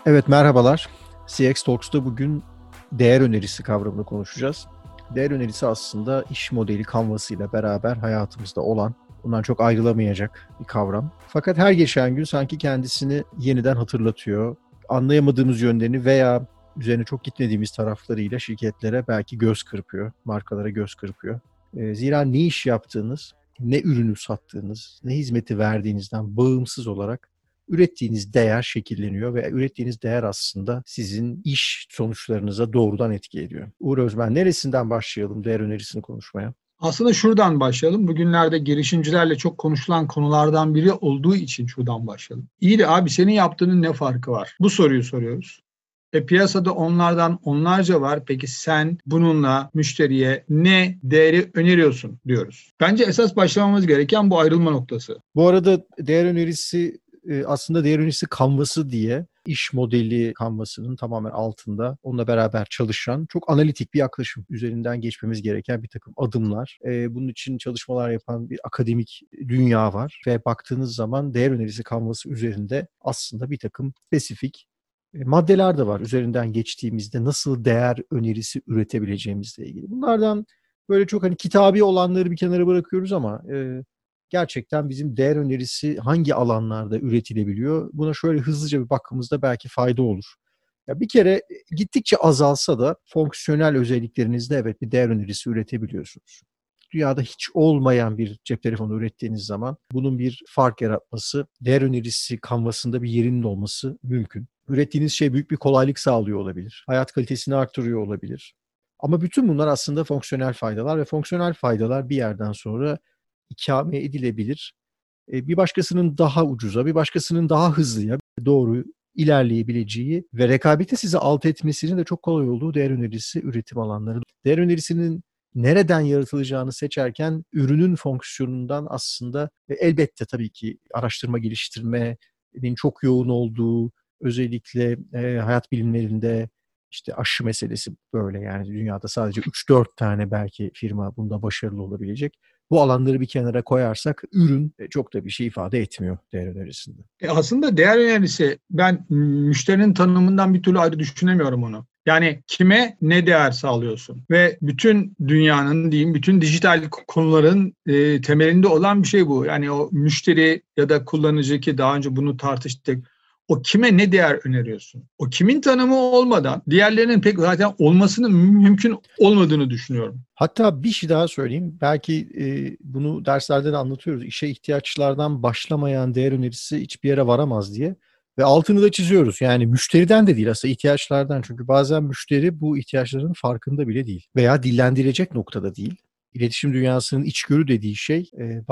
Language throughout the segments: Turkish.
Evet, merhabalar. CX Talks'ta bugün değer önerisi kavramını konuşacağız. Değer önerisi aslında iş modeli kanvasıyla beraber hayatımızda olan, bundan çok ayrılamayacak bir kavram. Fakat her geçen gün sanki kendisini yeniden hatırlatıyor. Anlayamadığımız yönlerini veya üzerine çok gitmediğimiz taraflarıyla şirketlere belki göz kırpıyor, markalara göz kırpıyor. Zira ne iş yaptığınız, ne ürünü sattığınız, ne hizmeti verdiğinizden bağımsız olarak ürettiğiniz değer şekilleniyor ve ürettiğiniz değer aslında sizin iş sonuçlarınıza doğrudan etki ediyor. Uğur Özmen, neresinden başlayalım değer önerisini konuşmaya? Aslında şuradan başlayalım. Bugünlerde girişimcilerle çok konuşulan konulardan biri olduğu için şuradan başlayalım. İyi de abi senin yaptığının ne farkı var? Bu soruyu soruyoruz. Piyasada onlardan onlarca var. Peki sen bununla müşteriye ne değeri öneriyorsun diyoruz. Bence esas başlamamız gereken bu ayrılma noktası. Bu arada değer önerisi aslında değer önerisi kanvası diye iş modeli kanvasının tamamen altında onunla beraber çalışan çok analitik bir yaklaşım. Üzerinden geçmemiz gereken bir takım adımlar. Bunun için çalışmalar yapan bir akademik dünya var ve baktığınız zaman değer önerisi kanvası üzerinde aslında bir takım spesifik maddeler de var. Üzerinden geçtiğimizde nasıl değer önerisi üretebileceğimizle ilgili. Bunlardan böyle çok hani kitabi olanları bir kenara bırakıyoruz ama gerçekten bizim değer önerisi hangi alanlarda üretilebiliyor? Buna şöyle hızlıca bir bakmamızda belki fayda olur. Ya bir kere gittikçe azalsa da fonksiyonel özelliklerinizde evet bir değer önerisi üretebiliyorsunuz. Dünyada hiç olmayan bir cep telefonu ürettiğiniz zaman bunun bir fark yaratması, değer önerisi kanvasında bir yerinin olması mümkün. Ürettiğiniz şey büyük bir kolaylık sağlıyor olabilir. Hayat kalitesini artırıyor olabilir. Ama bütün bunlar aslında fonksiyonel faydalar ve fonksiyonel faydalar bir yerden sonra ikame edilebilir. Bir başkasının daha ucuza, bir başkasının daha hızlıya doğru ilerleyebileceği ve rekabeti sizi alt etmesinin de çok kolay olduğu değer önerisi üretim alanları. Değer önerisinin nereden yaratılacağını seçerken ürünün fonksiyonundan aslında elbette tabii ki araştırma geliştirmenin çok yoğun olduğu özellikle hayat bilimlerinde işte aşı meselesi böyle yani dünyada sadece 3-4 tane belki firma bunda başarılı olabilecek. Bu alanları bir kenara koyarsak ürün çok da bir şey ifade etmiyor değer önerisinde. Aslında değer önerisi ben müşterinin tanımından bir türlü ayrı düşünemiyorum onu. Yani kime ne değer sağlıyorsun? Ve bütün dünyanın diyeyim, bütün dijital konuların temelinde olan bir şey bu. Yani o müşteri ya da kullanıcı ki daha önce bunu tartıştık. O kime ne değer öneriyorsun? O kimin tanımı olmadan diğerlerinin pek zaten olmasının mümkün olmadığını düşünüyorum. Hatta bir şey daha söyleyeyim. Belki bunu derslerde de anlatıyoruz. İşe ihtiyaçlardan başlamayan değer önerisi hiçbir yere varamaz diye. Ve altını da çiziyoruz. Yani müşteriden de değil aslında ihtiyaçlardan. Çünkü bazen müşteri bu ihtiyaçların farkında bile değil. Veya dillendirecek noktada değil. İletişim dünyasının içgörü dediği şey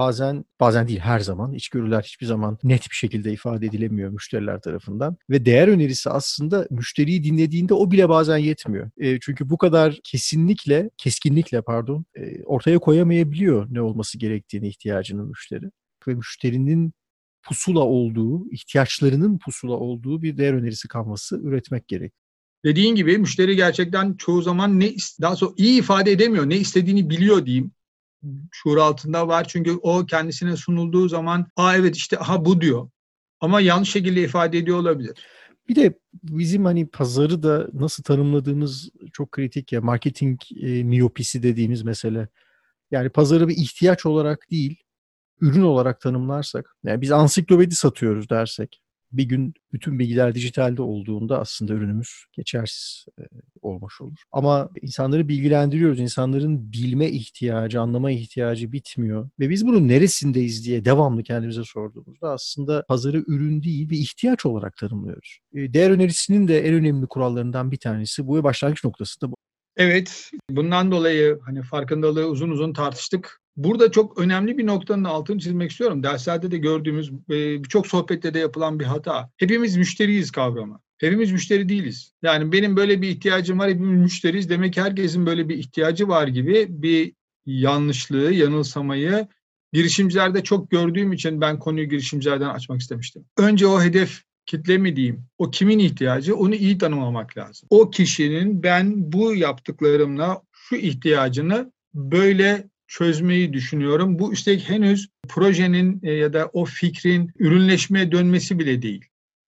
bazen değil her zaman. İçgörüler hiçbir zaman net bir şekilde ifade edilemiyor müşteriler tarafından. Ve değer önerisi aslında müşteriyi dinlediğinde o bile bazen yetmiyor. Çünkü bu kadar keskinlikle ortaya koyamayabiliyor ne olması gerektiğini ihtiyacını müşteri. Ve müşterinin pusula olduğu, ihtiyaçlarının pusula olduğu bir değer önerisi kanvası üretmek gerek. Dediğin gibi müşteri gerçekten çoğu zaman daha sonra iyi ifade edemiyor. Ne istediğini biliyor diyeyim. Şuur altında var çünkü o kendisine sunulduğu zaman evet işte bu diyor. Ama yanlış şekilde ifade ediyor olabilir. Bir de bizim hani pazarı da nasıl tanımladığımız çok kritik ya. Marketing miyopisi dediğimiz mesele. Yani pazarı bir ihtiyaç olarak değil, ürün olarak tanımlarsak, yani biz ansiklopedi satıyoruz dersek, bir gün bütün bilgiler dijitalde olduğunda aslında ürünümüz geçersiz olmuş olur. Ama insanları bilgilendiriyoruz. İnsanların bilme ihtiyacı, anlama ihtiyacı bitmiyor. Ve biz bunun neresindeyiz diye devamlı kendimize sorduğumuzda aslında pazarı ürün değil bir ihtiyaç olarak tanımlıyoruz. Değer önerisinin de en önemli kurallarından bir tanesi bu ve başlangıç noktası da bu. Evet, bundan dolayı hani farkındalığı uzun uzun tartıştık. Burada çok önemli bir noktanın altını çizmek istiyorum. Derslerde de gördüğümüz birçok sohbette de yapılan bir hata. Hepimiz müşteriyiz kavramı. Hepimiz müşteri değiliz. Yani benim böyle bir ihtiyacım var, hepimiz müşteriyiz. Demek ki herkesin böyle bir ihtiyacı var gibi bir yanlışlığı, yanılsamayı girişimcilerde çok gördüğüm için ben konuyu girişimcilerden açmak istemiştim. Önce o hedef kitle mi diyeyim, o kimin ihtiyacı onu iyi tanımlamak lazım. O kişinin ben bu yaptıklarımla şu ihtiyacını böyle çözmeyi düşünüyorum. Bu üstelik henüz projenin ya da o fikrin ürünleşmeye dönmesi bile değil.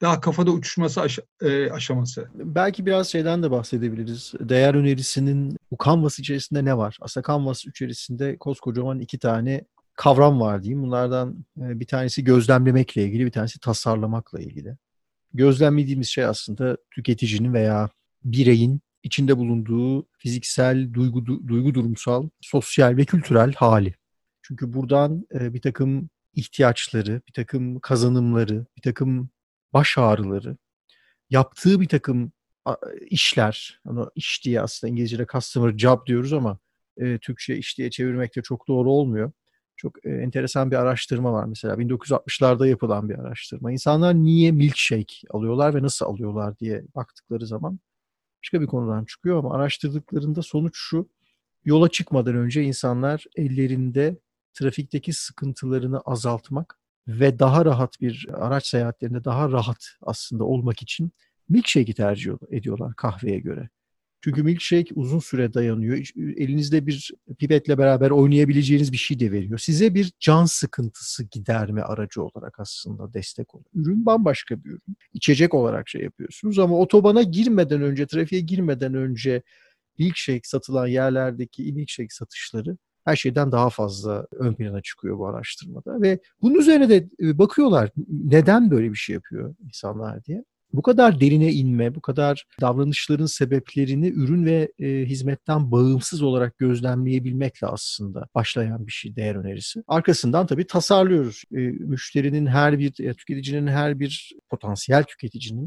daha kafada uçuşması aşaması. Belki biraz şeyden de bahsedebiliriz. Değer önerisinin bu Canvas içerisinde ne var? Aslında Canvas içerisinde koskocaman 2 tane kavram var diyeyim. Bunlardan bir tanesi gözlemlemekle ilgili, bir tanesi tasarlamakla ilgili. Gözlemlediğimiz şey aslında tüketicinin veya bireyin içinde bulunduğu fiziksel, duygu durumsal, sosyal ve kültürel hali. Çünkü buradan bir takım ihtiyaçları, bir takım kazanımları, bir takım baş ağrıları, yaptığı bir takım işler, onu iş diye aslında İngilizce'de customer job diyoruz ama Türkçe iş diye çevirmek de çok doğru olmuyor. Çok enteresan bir araştırma var mesela 1960'larda yapılan bir araştırma. İnsanlar niye milkshake alıyorlar ve nasıl alıyorlar diye baktıkları zaman başka bir konudan çıkıyor ama araştırdıklarında sonuç şu: yola çıkmadan önce insanlar ellerinde trafikteki sıkıntılarını azaltmak ve daha rahat bir araç seyahatlerinde daha rahat aslında olmak için milkshake'i tercih ediyorlar kahveye göre. Çünkü milkshake uzun süre dayanıyor. Elinizde bir pipetle beraber oynayabileceğiniz bir şey de veriyor. Size bir can sıkıntısı giderme aracı olarak aslında destek oluyor. Ürün bambaşka bir ürün. İçecek olarak şey yapıyorsunuz ama otobana girmeden önce, trafiğe girmeden önce milkshake satılan yerlerdeki milkshake satışları her şeyden daha fazla ön plana çıkıyor bu araştırmada ve bunun üzerine de bakıyorlar neden böyle bir şey yapıyor insanlar diye. Bu kadar derine inme, bu kadar davranışların sebeplerini ürün ve hizmetten bağımsız olarak gözlemleyebilmekle aslında başlayan bir şey değer önerisi. Arkasından tabii tasarlıyoruz. Müşterinin her bir, tüketicinin her bir potansiyel tüketicinin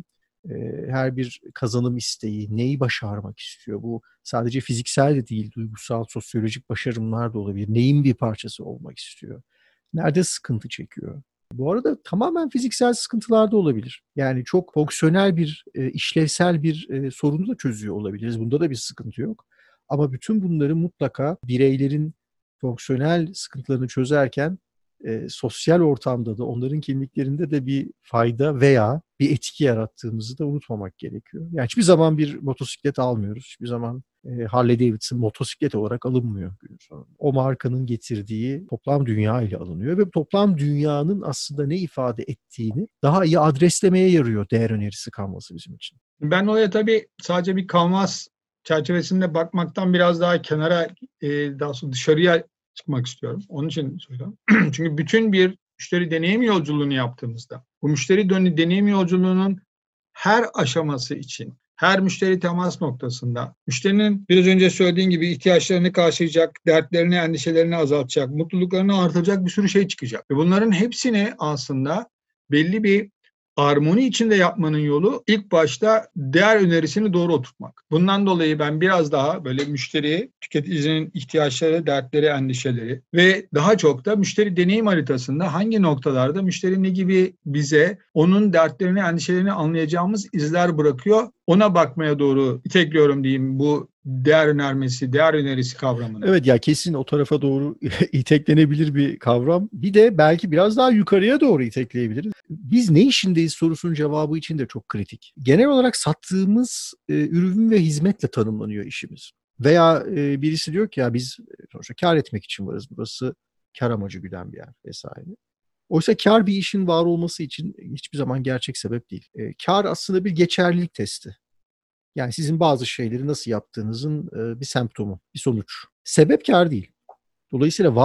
her bir kazanım isteği, neyi başarmak istiyor? Bu sadece fiziksel de değil, duygusal, sosyolojik başarımlar da olabilir. Neyin bir parçası olmak istiyor? Nerede sıkıntı çekiyor? Bu arada tamamen fiziksel sıkıntılar da olabilir. Yani çok fonksiyonel bir, işlevsel bir sorunu da çözüyor olabiliriz. Bunda da bir sıkıntı yok. Ama bütün bunları mutlaka bireylerin fonksiyonel sıkıntılarını çözerken sosyal ortamda da onların kimliklerinde de bir fayda veya bir etki yarattığımızı da unutmamak gerekiyor. Yani hiçbir zaman bir motosiklet almıyoruz. Hiçbir zaman Harley Davidson motosiklet olarak alınmıyor günün sonunda. O markanın getirdiği toplam dünya ile alınıyor ve toplam dünyanın aslında ne ifade ettiğini daha iyi adreslemeye yarıyor değer önerisi kanvası bizim için. Ben oraya tabii sadece bir kanvas çerçevesinde bakmaktan biraz daha kenara, daha sonra dışarıya çıkmak istiyorum. Onun için söylüyorum. Çünkü bütün bir müşteri deneyim yolculuğunu yaptığımızda, bu müşteri deneyim yolculuğunun her aşaması için, her müşteri temas noktasında, müşterinin biraz önce söylediğin gibi ihtiyaçlarını karşılayacak, dertlerini, endişelerini azaltacak, mutluluklarını artıracak bir sürü şey çıkacak. Ve bunların hepsini aslında belli bir armoni içinde yapmanın yolu ilk başta değer önerisini doğru oturtmak. Bundan dolayı ben biraz daha böyle müşteriye, tüketicinin ihtiyaçları, dertleri, endişeleri ve daha çok da müşteri deneyim haritasında hangi noktalarda müşteri ne gibi bize onun dertlerini, endişelerini anlayacağımız izler bırakıyor. Ona bakmaya doğru itekliyorum diyeyim bu değer önermesi, değer önerisi kavramını. Evet ya kesin o tarafa doğru iteklenebilir bir kavram. Bir de belki biraz daha yukarıya doğru itekleyebiliriz. Biz ne işindeyiz sorusunun cevabı için de çok kritik. Genel olarak sattığımız ürün ve hizmetle tanımlanıyor işimiz. Veya birisi diyor ki ya biz sonuçta kar etmek için varız. Burası kar amacı güden bir yer vesaire. Oysa kar bir işin var olması için hiçbir zaman gerçek sebep değil. Kar aslında bir geçerlilik testi. Yani sizin bazı şeyleri nasıl yaptığınızın bir semptomu, bir sonuç. Sebep kar değil. Dolayısıyla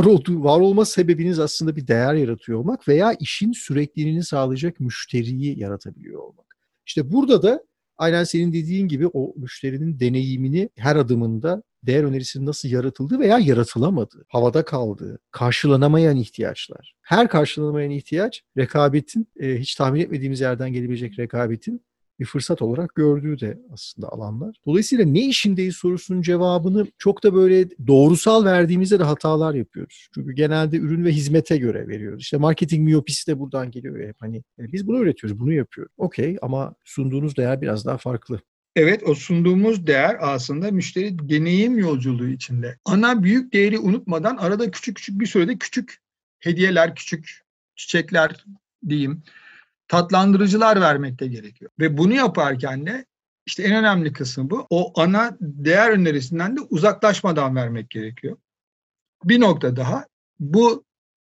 var olma sebebiniz aslında bir değer yaratıyor olmak veya işin sürekliliğini sağlayacak müşteriyi yaratabiliyor olmak. İşte burada da aynen senin dediğin gibi o müşterinin deneyimini her adımında değer önerisinin nasıl yaratıldığı veya yaratılamadığı, havada kaldığı, karşılanamayan ihtiyaçlar. Her karşılanamayan ihtiyaç rekabetin, hiç tahmin etmediğimiz yerden gelebilecek rekabetin bir fırsat olarak gördüğü de aslında alanlar. Dolayısıyla ne işindeyiz sorusunun cevabını çok da böyle doğrusal verdiğimizde de hatalar yapıyoruz. Çünkü genelde ürün ve hizmete göre veriyoruz. İşte marketing miyopisi de buradan geliyor ya hep hani biz bunu üretiyoruz, bunu yapıyoruz. Okey ama sunduğunuz değer biraz daha farklı. Evet, o sunduğumuz değer aslında müşteri deneyim yolculuğu içinde. Ana büyük değeri unutmadan arada küçük küçük bir sürede küçük hediyeler, küçük çiçekler diyeyim, tatlandırıcılar vermek de gerekiyor. Ve bunu yaparken de işte en önemli kısmı bu. O ana değer önerisinden de uzaklaşmadan vermek gerekiyor. Bir nokta daha, bu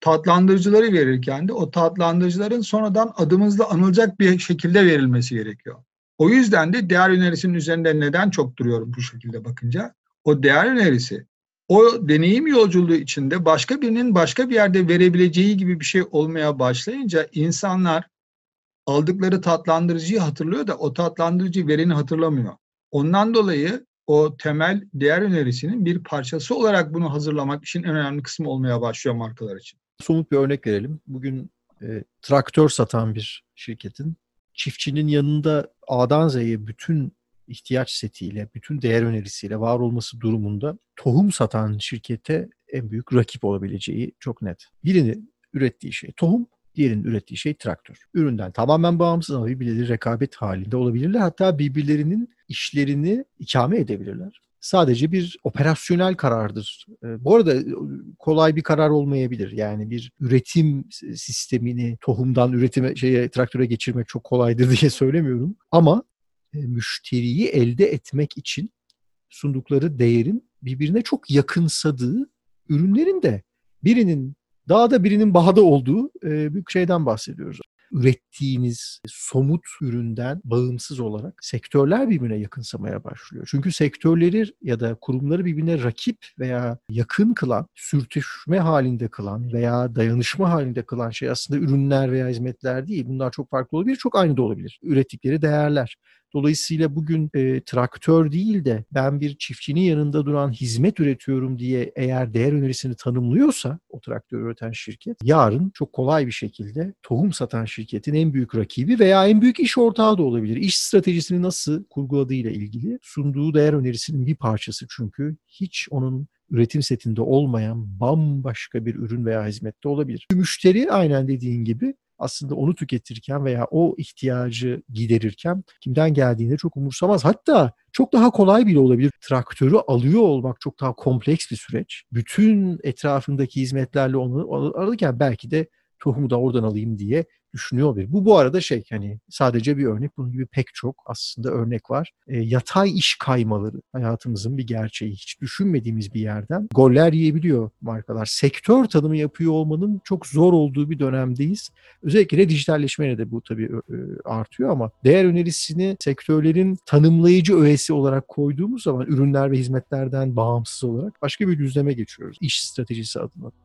tatlandırıcıları verirken de o tatlandırıcıların sonradan adımızla anılacak bir şekilde verilmesi gerekiyor. O yüzden de değer önerisinin üzerinde neden çok duruyorum bu şekilde bakınca? O değer önerisi, o deneyim yolculuğu içinde başka birinin başka bir yerde verebileceği gibi bir şey olmaya başlayınca insanlar aldıkları tatlandırıcıyı hatırlıyor da o tatlandırıcı vereni hatırlamıyor. Ondan dolayı o temel değer önerisinin bir parçası olarak bunu hazırlamak işin en önemli kısmı olmaya başlıyor markalar için. Somut bir örnek verelim. Bugün traktör satan bir şirketin çiftçinin yanında A'dan Z'ye bütün ihtiyaç setiyle, bütün değer önerisiyle var olması durumunda tohum satan şirkete en büyük rakip olabileceği çok net. Birinin ürettiği şey tohum, diğerinin ürettiği şey traktör. Üründen tamamen bağımsız ama birbirleri rekabet halinde olabilirler. Hatta birbirlerinin işlerini ikame edebilirler. Sadece bir operasyonel karardır. Bu arada kolay bir karar olmayabilir. Yani bir üretim sistemini tohumdan traktöre geçirmek çok kolaydır diye söylemiyorum. Ama müşteriyi elde etmek için sundukları değerin birbirine çok yakınsadığı ürünlerin de birinin dağda birinin bahada olduğu bir şeyden bahsediyoruz. Ürettiğiniz somut üründen bağımsız olarak sektörler birbirine yakınsamaya başlıyor. Çünkü sektörleri ya da kurumları birbirine rakip veya yakın kılan, sürtüşme halinde kılan veya dayanışma halinde kılan şey aslında ürünler veya hizmetler değil. Bunlar çok farklı olabilir, çok aynı da olabilir. Ürettikleri değerler. Dolayısıyla bugün traktör değil de ben bir çiftçinin yanında duran hizmet üretiyorum diye eğer değer önerisini tanımlıyorsa o traktörü üreten şirket, yarın çok kolay bir şekilde tohum satan şirketin en büyük rakibi veya en büyük iş ortağı da olabilir. İş stratejisini nasıl kurguladığıyla ilgili sunduğu değer önerisinin bir parçası, çünkü hiç onun üretim setinde olmayan bambaşka bir ürün veya hizmette olabilir. Müşteri aynen dediğin gibi aslında onu tüketirken veya o ihtiyacı giderirken kimden geldiğini çok umursamaz. Hatta çok daha kolay bile olabilir. Traktörü alıyor olmak çok daha kompleks bir süreç. Bütün etrafındaki hizmetlerle onu alırken belki de tohumu da oradan alayım diye düşünüyor olabilir. Bu arada hani sadece bir örnek. Bunun gibi pek çok aslında örnek var. Yatay iş kaymaları hayatımızın bir gerçeği. Hiç düşünmediğimiz bir yerden goller yiyebiliyor markalar. Sektör tanımı yapıyor olmanın çok zor olduğu bir dönemdeyiz. Özellikle dijitalleşmeyle de bu tabii artıyor ama değer önerisini sektörlerin tanımlayıcı öğesi olarak koyduğumuz zaman ürünler ve hizmetlerden bağımsız olarak başka bir düzleme geçiyoruz. İş stratejisi adına.